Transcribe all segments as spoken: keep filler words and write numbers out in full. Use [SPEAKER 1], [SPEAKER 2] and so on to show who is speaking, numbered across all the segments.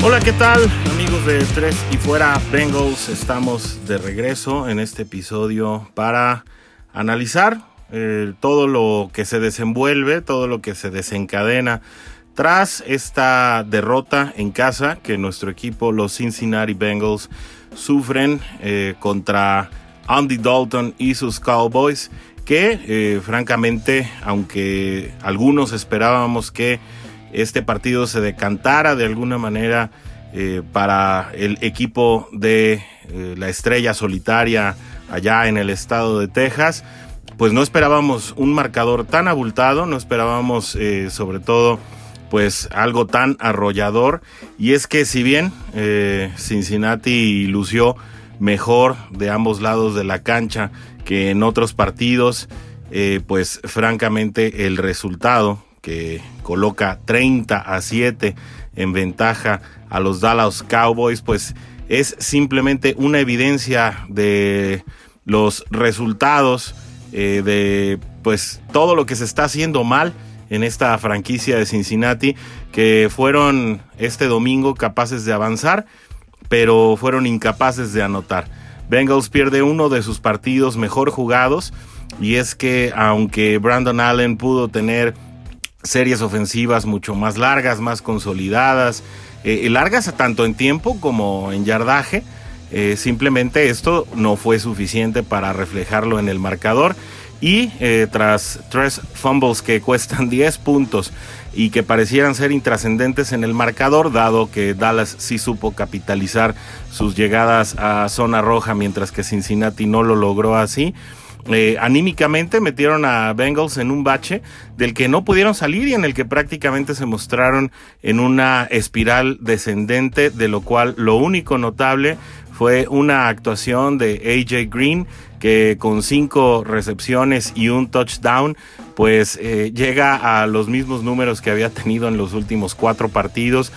[SPEAKER 1] Hola, ¿qué tal, amigos de Tres y Fuera Bengals? Estamos de regreso en este episodio para analizar eh, todo lo que se desenvuelve, todo lo que se desencadena tras esta derrota en casa que nuestro equipo, los Cincinnati Bengals, sufren eh, contra Andy Dalton y sus Cowboys, que eh, francamente, aunque algunos esperábamos que este partido se decantara de alguna manera eh, para el equipo de eh, la estrella solitaria allá en el estado de Texas, pues no esperábamos un marcador tan abultado, no esperábamos eh, sobre todo pues algo tan arrollador. Y es que si bien eh, Cincinnati lució mejor de ambos lados de la cancha que en otros partidos, eh, pues francamente el resultado que coloca treinta a siete en ventaja a los Dallas Cowboys, pues es simplemente una evidencia de los resultados, eh, de pues todo lo que se está haciendo mal en esta franquicia de Cincinnati, que fueron este domingo capaces de avanzar, pero fueron incapaces de anotar. Bengals pierde uno de sus partidos mejor jugados, y es que aunque Brandon Allen pudo tener series ofensivas mucho más largas, más consolidadas, eh, largas tanto en tiempo como en yardaje, eh, simplemente esto no fue suficiente para reflejarlo en el marcador. Y eh, tras tres fumbles que cuestan diez puntos y que parecieran ser intrascendentes en el marcador, dado que Dallas sí supo capitalizar sus llegadas a zona roja, mientras que Cincinnati no lo logró así, eh, anímicamente metieron a Bengals en un bache del que no pudieron salir y en el que prácticamente se mostraron en una espiral descendente, de lo cual lo único notable fue una actuación de A J Green, que con cinco recepciones y un touchdown, pues eh, llega a los mismos números que había tenido en los últimos cuatro partidos,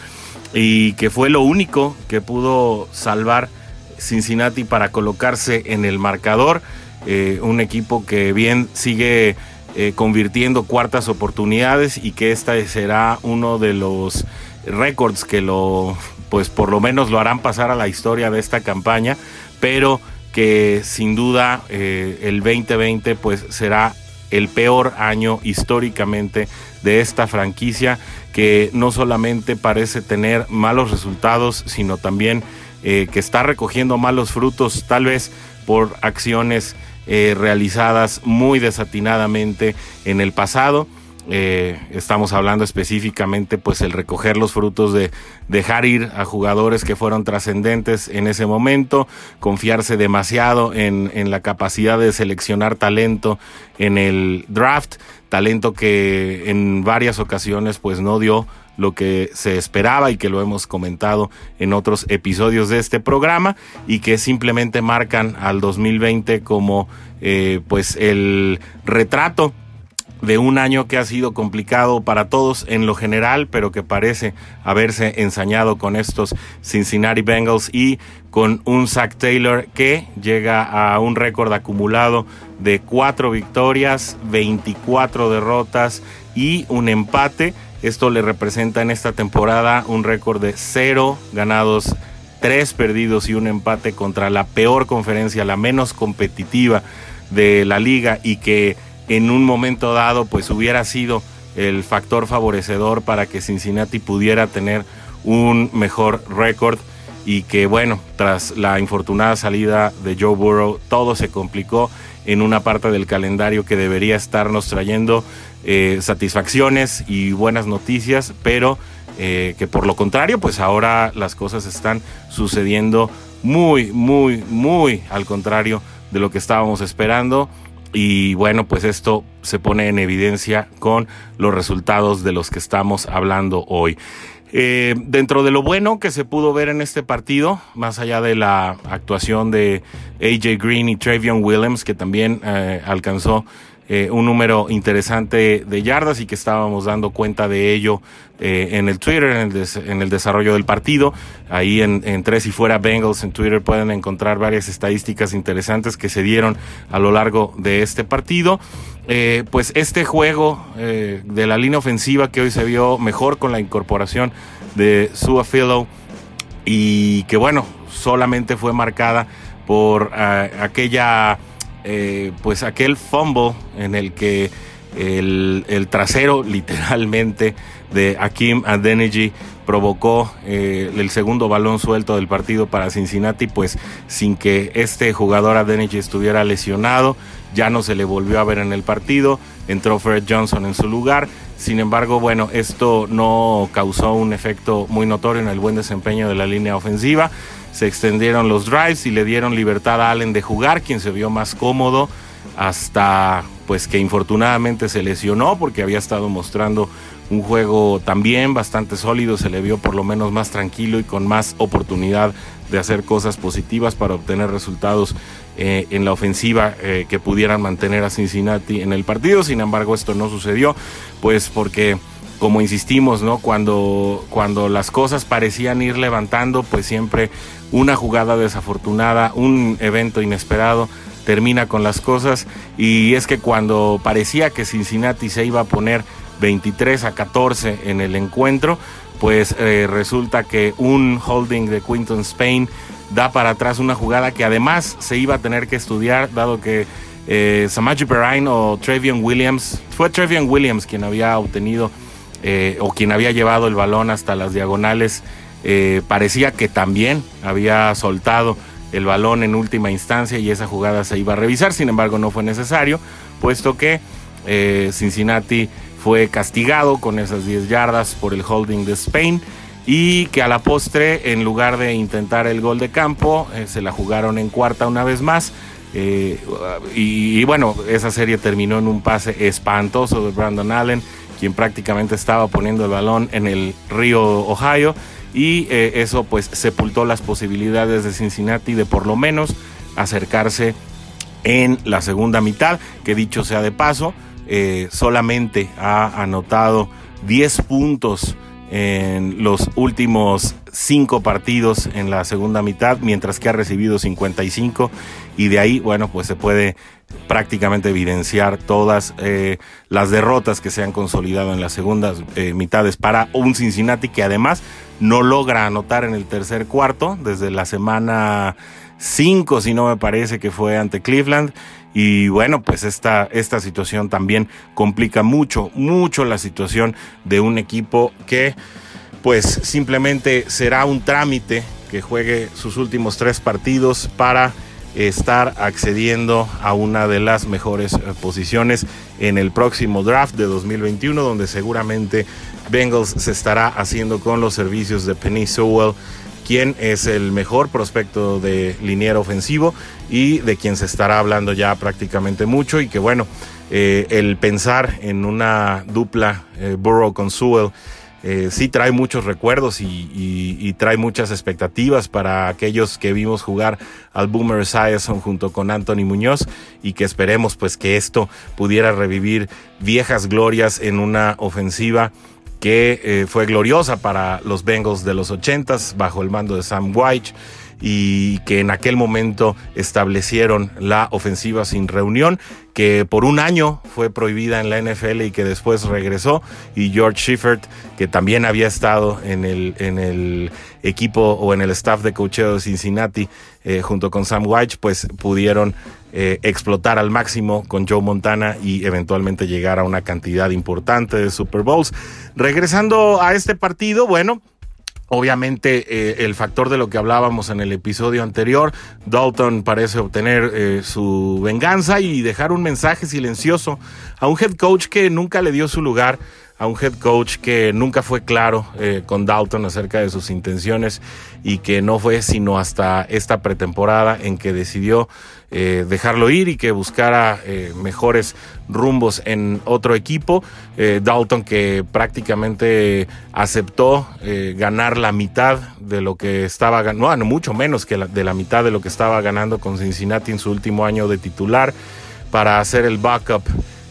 [SPEAKER 1] y que fue lo único que pudo salvar Cincinnati para colocarse en el marcador. Eh, un equipo que bien sigue eh, convirtiendo cuartas oportunidades, y que esta será uno de los récords que lo, pues por lo menos lo harán pasar a la historia de esta campaña, pero que sin duda eh, el veinte veinte pues será el peor año históricamente de esta franquicia, que no solamente parece tener malos resultados, sino también eh, que está recogiendo malos frutos, tal vez por acciones eh, realizadas muy desatinadamente en el pasado. Eh, estamos hablando específicamente pues el recoger los frutos de dejar ir a jugadores que fueron trascendentes en ese momento, confiarse demasiado en, en la capacidad de seleccionar talento en el draft, talento que en varias ocasiones pues no dio lo que se esperaba y que lo hemos comentado en otros episodios de este programa, y que simplemente marcan al dos mil veinte como eh, pues el retrato de un año que ha sido complicado para todos en lo general, pero que parece haberse ensañado con estos Cincinnati Bengals, y con un Zac Taylor que llega a un récord acumulado de cuatro victorias, veinticuatro derrotas y un empate. Esto le representa en esta temporada un récord de cero ganados, tres perdidos y un empate contra la peor conferencia, la menos competitiva de la liga, y que en un momento dado pues hubiera sido el factor favorecedor para que Cincinnati pudiera tener un mejor récord, y que bueno, tras la infortunada salida de Joe Burrow, todo se complicó en una parte del calendario que debería estarnos trayendo eh, satisfacciones y buenas noticias, pero eh, que por lo contrario pues ahora las cosas están sucediendo muy muy muy al contrario de lo que estábamos esperando. Y bueno, pues esto se pone en evidencia con los resultados de los que estamos hablando hoy. Eh, dentro de lo bueno que se pudo ver en este partido, más allá de la actuación de A J Green y Travion Williams, que también eh, alcanzó eh, un número interesante de yardas y que estábamos dando cuenta de ello eh, en el Twitter, en el, des- en el desarrollo del partido. Ahí en, en Tres y Fuera Bengals en Twitter pueden encontrar varias estadísticas interesantes que se dieron a lo largo de este partido. Eh, pues este juego eh, de la línea ofensiva, que hoy se vio mejor con la incorporación de Su'a-Filo y que bueno, solamente fue marcada por uh, aquella, eh, pues aquel fumble en el que el, el trasero literalmente de Hakeem Adeniji provocó eh, el segundo balón suelto del partido para Cincinnati, pues sin que este jugador Adeniji estuviera lesionado, ya no se le volvió a ver en el partido, entró Fred Johnson en su lugar. Sin embargo, bueno, esto no causó un efecto muy notorio en el buen desempeño de la línea ofensiva. Se extendieron los drives y le dieron libertad a Allen de jugar, quien se vio más cómodo hasta pues que infortunadamente se lesionó, porque había estado mostrando un juego también bastante sólido. Se le vio por lo menos más tranquilo y con más oportunidad de hacer cosas positivas para obtener resultados eh, en la ofensiva eh, que pudieran mantener a Cincinnati en el partido. Sin embargo, esto no sucedió, pues porque, como insistimos, ¿no? Cuando, cuando las cosas parecían ir levantando, pues siempre una jugada desafortunada, un evento inesperado termina con las cosas. Y es que cuando parecía que Cincinnati se iba a poner veintitrés a catorce en el encuentro, pues eh, resulta que un holding de Quinton Spain da para atrás una jugada que además se iba a tener que estudiar, dado que eh, Samaje Perine o Trevion Williams, fue Trevion Williams quien había obtenido eh, o quien había llevado el balón hasta las diagonales, eh, parecía que también había soltado el balón en última instancia y esa jugada se iba a revisar. Sin embargo, no fue necesario, puesto que eh, Cincinnati fue castigado con esas diez yardas por el holding de Spain, y que a la postre, en lugar de intentar el gol de campo, eh, se la jugaron en cuarta una vez más. Eh, y, y bueno, esa serie terminó en un pase espantoso de Brandon Allen, quien prácticamente estaba poniendo el balón en el río Ohio, y eh, eso pues sepultó las posibilidades de Cincinnati de por lo menos acercarse en la segunda mitad, que dicho sea de paso, eh, solamente ha anotado diez puntos en los últimos cinco partidos en la segunda mitad, mientras que ha recibido cincuenta y cinco, y de ahí, bueno, pues se puede prácticamente evidenciar todas eh, las derrotas que se han consolidado en las segundas eh, mitades para un Cincinnati que además no logra anotar en el tercer cuarto desde la semana cinco, si no me parece que fue ante Cleveland. Y bueno, pues esta, esta situación también complica mucho, mucho la situación de un equipo que pues simplemente será un trámite que juegue sus últimos tres partidos para estar accediendo a una de las mejores posiciones en el próximo draft de dos mil veintiuno, donde seguramente Bengals se estará haciendo con los servicios de Penei Sewell, quien es el mejor prospecto de liniero ofensivo y de quien se estará hablando ya prácticamente mucho, y que bueno, eh, el pensar en una dupla eh, Burrow con Sewell eh, sí trae muchos recuerdos y, y, y trae muchas expectativas para aquellos que vimos jugar al Boomer Esiason junto con Anthony Muñoz, y que esperemos pues que esto pudiera revivir viejas glorias en una ofensiva que eh, fue gloriosa para los Bengals de los ochentas bajo el mando de Sam Wyche, y que en aquel momento establecieron la ofensiva sin reunión, que por un año fue prohibida en la N F L y que después regresó, y George Seifert, que también había estado en el, en el equipo o en el staff de coacheo de Cincinnati eh, junto con Sam Wyche, pues pudieron eh, explotar al máximo con Joe Montana y eventualmente llegar a una cantidad importante de Super Bowls. Regresando a este partido, bueno, obviamente eh, el factor de lo que hablábamos en el episodio anterior, Dalton parece obtener eh, su venganza y dejar un mensaje silencioso a un head coach que nunca le dio su lugar, a un head coach que nunca fue claro eh, con Dalton acerca de sus intenciones, y que no fue sino hasta esta pretemporada en que decidió eh, dejarlo ir y que buscara eh, mejores rumbos en otro equipo. Eh, Dalton, que prácticamente aceptó eh, ganar la mitad de lo que estaba ganando, no, no, mucho menos que la, de la mitad de lo que estaba ganando con Cincinnati en su último año de titular, para hacer el backup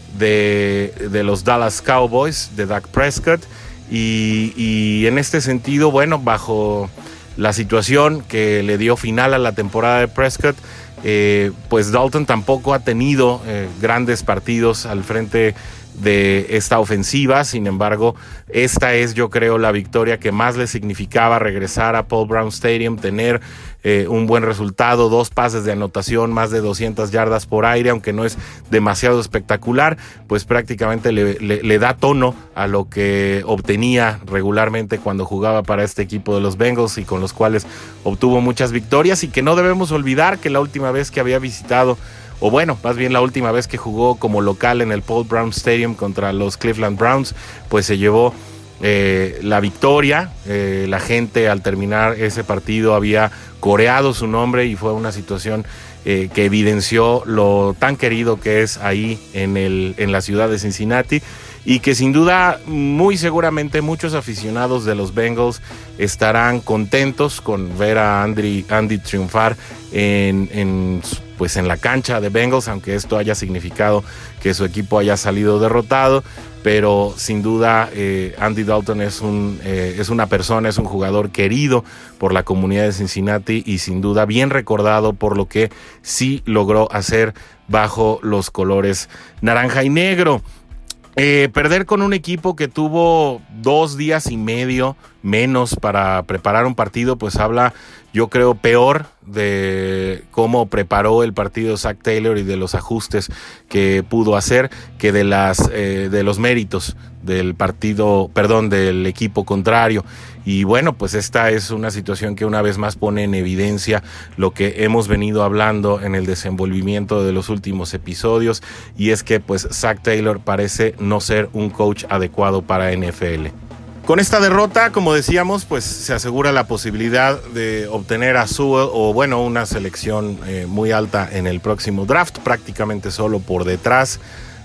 [SPEAKER 1] de, de los Dallas Cowboys, de Dak Prescott. Y, y en este sentido, bueno, bajo la situación que le dio final a la temporada de Prescott, eh, pues Dalton tampoco ha tenido eh, grandes partidos al frente de esta ofensiva. Sin embargo, esta es, yo creo, la victoria que más le significaba regresar a Paul Brown Stadium, tener eh, un buen resultado, dos pases de anotación, más de doscientas yardas por aire, aunque no es demasiado espectacular, pues prácticamente le, le, le da tono a lo que obtenía regularmente cuando jugaba para este equipo de los Bengals y con los cuales obtuvo muchas victorias, y que no debemos olvidar que la última vez que había visitado, o bueno, más bien la última vez que jugó como local en el Paul Brown Stadium contra los Cleveland Browns, pues se llevó eh, la victoria. Eh, la gente al terminar ese partido había coreado su nombre y fue una situación eh, que evidenció lo tan querido que es ahí en, el, en la ciudad de Cincinnati, y que sin duda, muy seguramente, muchos aficionados de los Bengals estarán contentos con ver a Andy, Andy triunfar en, en, pues en la cancha de Bengals, aunque esto haya significado que su equipo haya salido derrotado. Pero sin duda eh, Andy Dalton es, un, eh, es una persona, es un jugador querido por la comunidad de Cincinnati y sin duda bien recordado por lo que sí logró hacer bajo los colores naranja y negro. Eh, perder con un equipo que tuvo dos días y medio menos para preparar un partido, pues habla, yo creo, peor de cómo preparó el partido Zac Taylor y de los ajustes que pudo hacer que de las eh, de los méritos del partido, perdón, del equipo contrario. Y bueno, pues esta es una situación que una vez más pone en evidencia lo que hemos venido hablando en el desenvolvimiento de los últimos episodios, y es que pues Zac Taylor parece no ser un coach adecuado para N F L. Con esta derrota, como decíamos, pues se asegura la posibilidad de obtener a Sewell, o bueno, una selección eh, muy alta en el próximo draft, prácticamente solo por detrás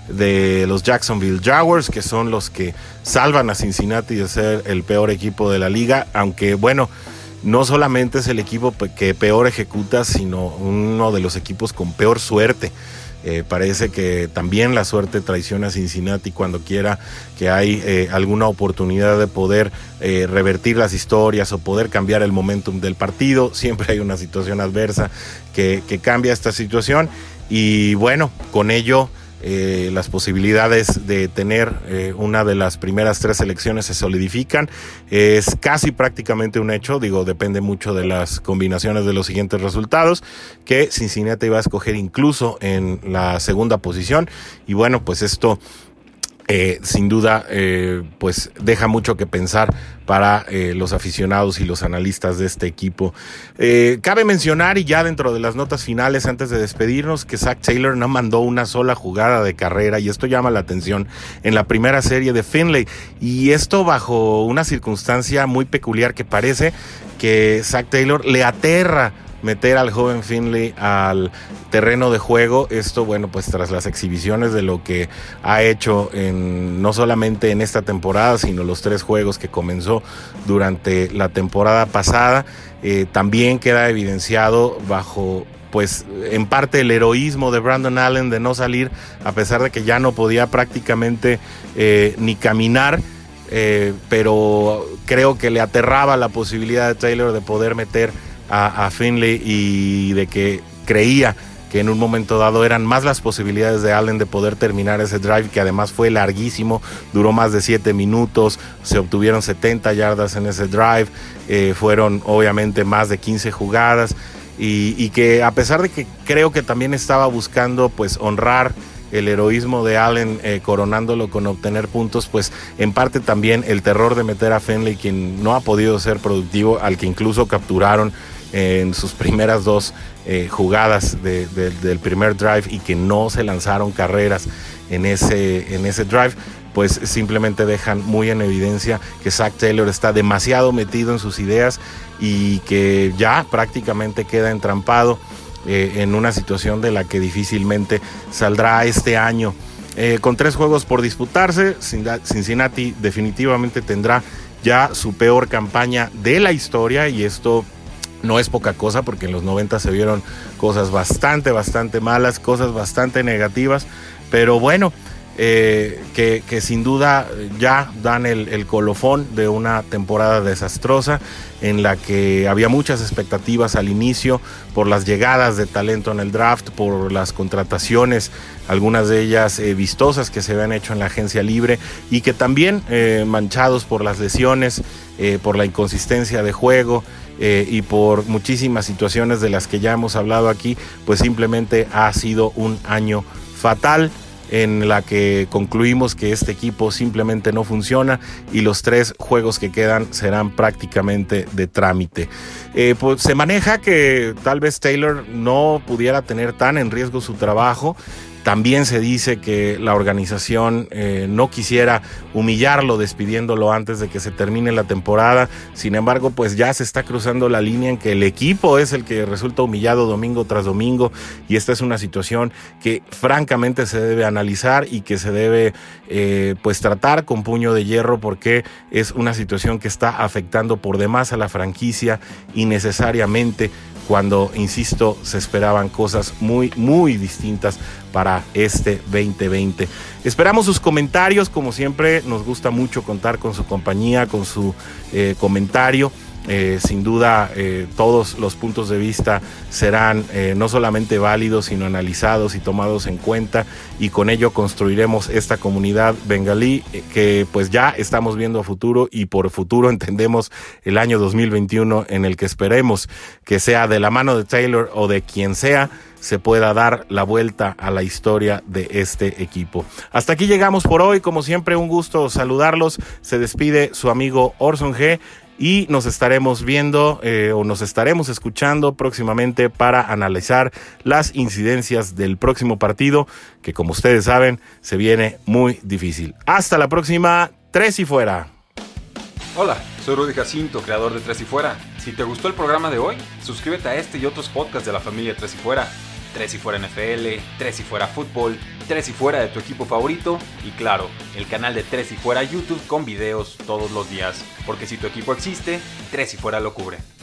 [SPEAKER 1] de los Jacksonville Jaguars, que son los que salvan a Cincinnati de ser el peor equipo de la liga, aunque bueno, no solamente es el equipo que peor ejecuta, sino uno de los equipos con peor suerte. Eh, parece que también la suerte traiciona a Cincinnati cuando quiera que hay eh, alguna oportunidad de poder eh, revertir las historias o poder cambiar el momentum del partido. Siempre hay una situación adversa que, que cambia esta situación, y bueno, con ello Eh, las posibilidades de tener eh, una de las primeras tres selecciones se solidifican. Es casi prácticamente un hecho, digo, depende mucho de las combinaciones de los siguientes resultados, que Cincinnati va a escoger incluso en la segunda posición, y bueno, pues esto Eh, sin duda eh, pues deja mucho que pensar para eh, los aficionados y los analistas de este equipo. Eh, cabe mencionar, y ya dentro de las notas finales antes de despedirnos, que Zac Taylor no mandó una sola jugada de carrera, y esto llama la atención en la primera serie de Finley, y esto bajo una circunstancia muy peculiar que parece que Zac Taylor le aterra meter al joven Finley al terreno de juego. Esto, bueno, pues tras las exhibiciones de lo que ha hecho en, no solamente en esta temporada, sino los tres juegos que comenzó durante la temporada pasada, eh, también queda evidenciado bajo, pues en parte, el heroísmo de Brandon Allen de no salir, a pesar de que ya no podía prácticamente eh, ni caminar. Eh, pero creo que le aterraba la posibilidad de Taylor de poder meter A, a Finley, y de que creía que en un momento dado eran más las posibilidades de Allen de poder terminar ese drive, que además fue larguísimo, duró más de siete minutos, se obtuvieron setenta yardas en ese drive, eh, fueron obviamente más de quince jugadas, y, y que a pesar de que creo que también estaba buscando pues honrar el heroísmo de Allen, eh, coronándolo con obtener puntos, pues en parte también el terror de meter a Finley, quien no ha podido ser productivo, al que incluso capturaron en sus primeras dos eh, jugadas de, de, del primer drive, y que no se lanzaron carreras en ese, en ese drive, pues simplemente dejan muy en evidencia que Zac Taylor está demasiado metido en sus ideas y que ya prácticamente queda entrampado eh, en una situación de la que difícilmente saldrá este año. Eh, con tres juegos por disputarse, Cincinnati definitivamente tendrá ya su peor campaña de la historia, y esto no es poca cosa, porque en los noventa se vieron cosas bastante, bastante malas, cosas bastante negativas, pero bueno, eh, que, que sin duda ya dan el, el colofón de una temporada desastrosa en la que había muchas expectativas al inicio por las llegadas de talento en el draft, por las contrataciones, algunas de ellas eh, vistosas que se habían hecho en la agencia libre y que también eh, manchados por las lesiones, eh, por la inconsistencia de juego eh, y por muchísimas situaciones de las que ya hemos hablado aquí, pues simplemente ha sido un año fatal en la que concluimos que este equipo simplemente no funciona y los tres juegos que quedan serán prácticamente de trámite. Eh, pues se maneja que tal vez Taylor no pudiera tener tan en riesgo su trabajo. También se dice que la organización eh, no quisiera humillarlo despidiéndolo antes de que se termine la temporada. Sin embargo, pues ya se está cruzando la línea en que el equipo es el que resulta humillado domingo tras domingo, y esta es una situación que francamente se debe analizar y que se debe eh, pues tratar con puño de hierro, porque es una situación que está afectando por demás a la franquicia innecesariamente, cuando, insisto, se esperaban cosas muy, muy distintas para este veinte veinte. Esperamos sus comentarios, como siempre, nos gusta mucho contar con su compañía, con su eh, comentario. Eh, sin duda, eh, todos los puntos de vista serán eh, no solamente válidos, sino analizados y tomados en cuenta, y con ello construiremos esta comunidad bengalí eh, que pues ya estamos viendo a futuro, y por futuro entendemos el año dos mil veintiuno, en el que esperemos que sea de la mano de Taylor o de quien sea, se pueda dar la vuelta a la historia de este equipo. Hasta aquí llegamos por hoy. Como siempre, un gusto saludarlos. Se despide su amigo Orson G. Y nos estaremos viendo eh, o nos estaremos escuchando próximamente para analizar las incidencias del próximo partido, que como ustedes saben, se viene muy difícil. Hasta la próxima. Tres y fuera.
[SPEAKER 2] Hola, soy Rudy Jacinto, creador de Tres y Fuera. Si te gustó el programa de hoy, suscríbete a este y otros podcasts de la familia Tres y Fuera. Tres y Fuera N F L, Tres y Fuera Fútbol, Tres y Fuera de tu equipo favorito y claro, el canal de Tres y Fuera YouTube con videos todos los días. Porque si tu equipo existe, Tres y Fuera lo cubre.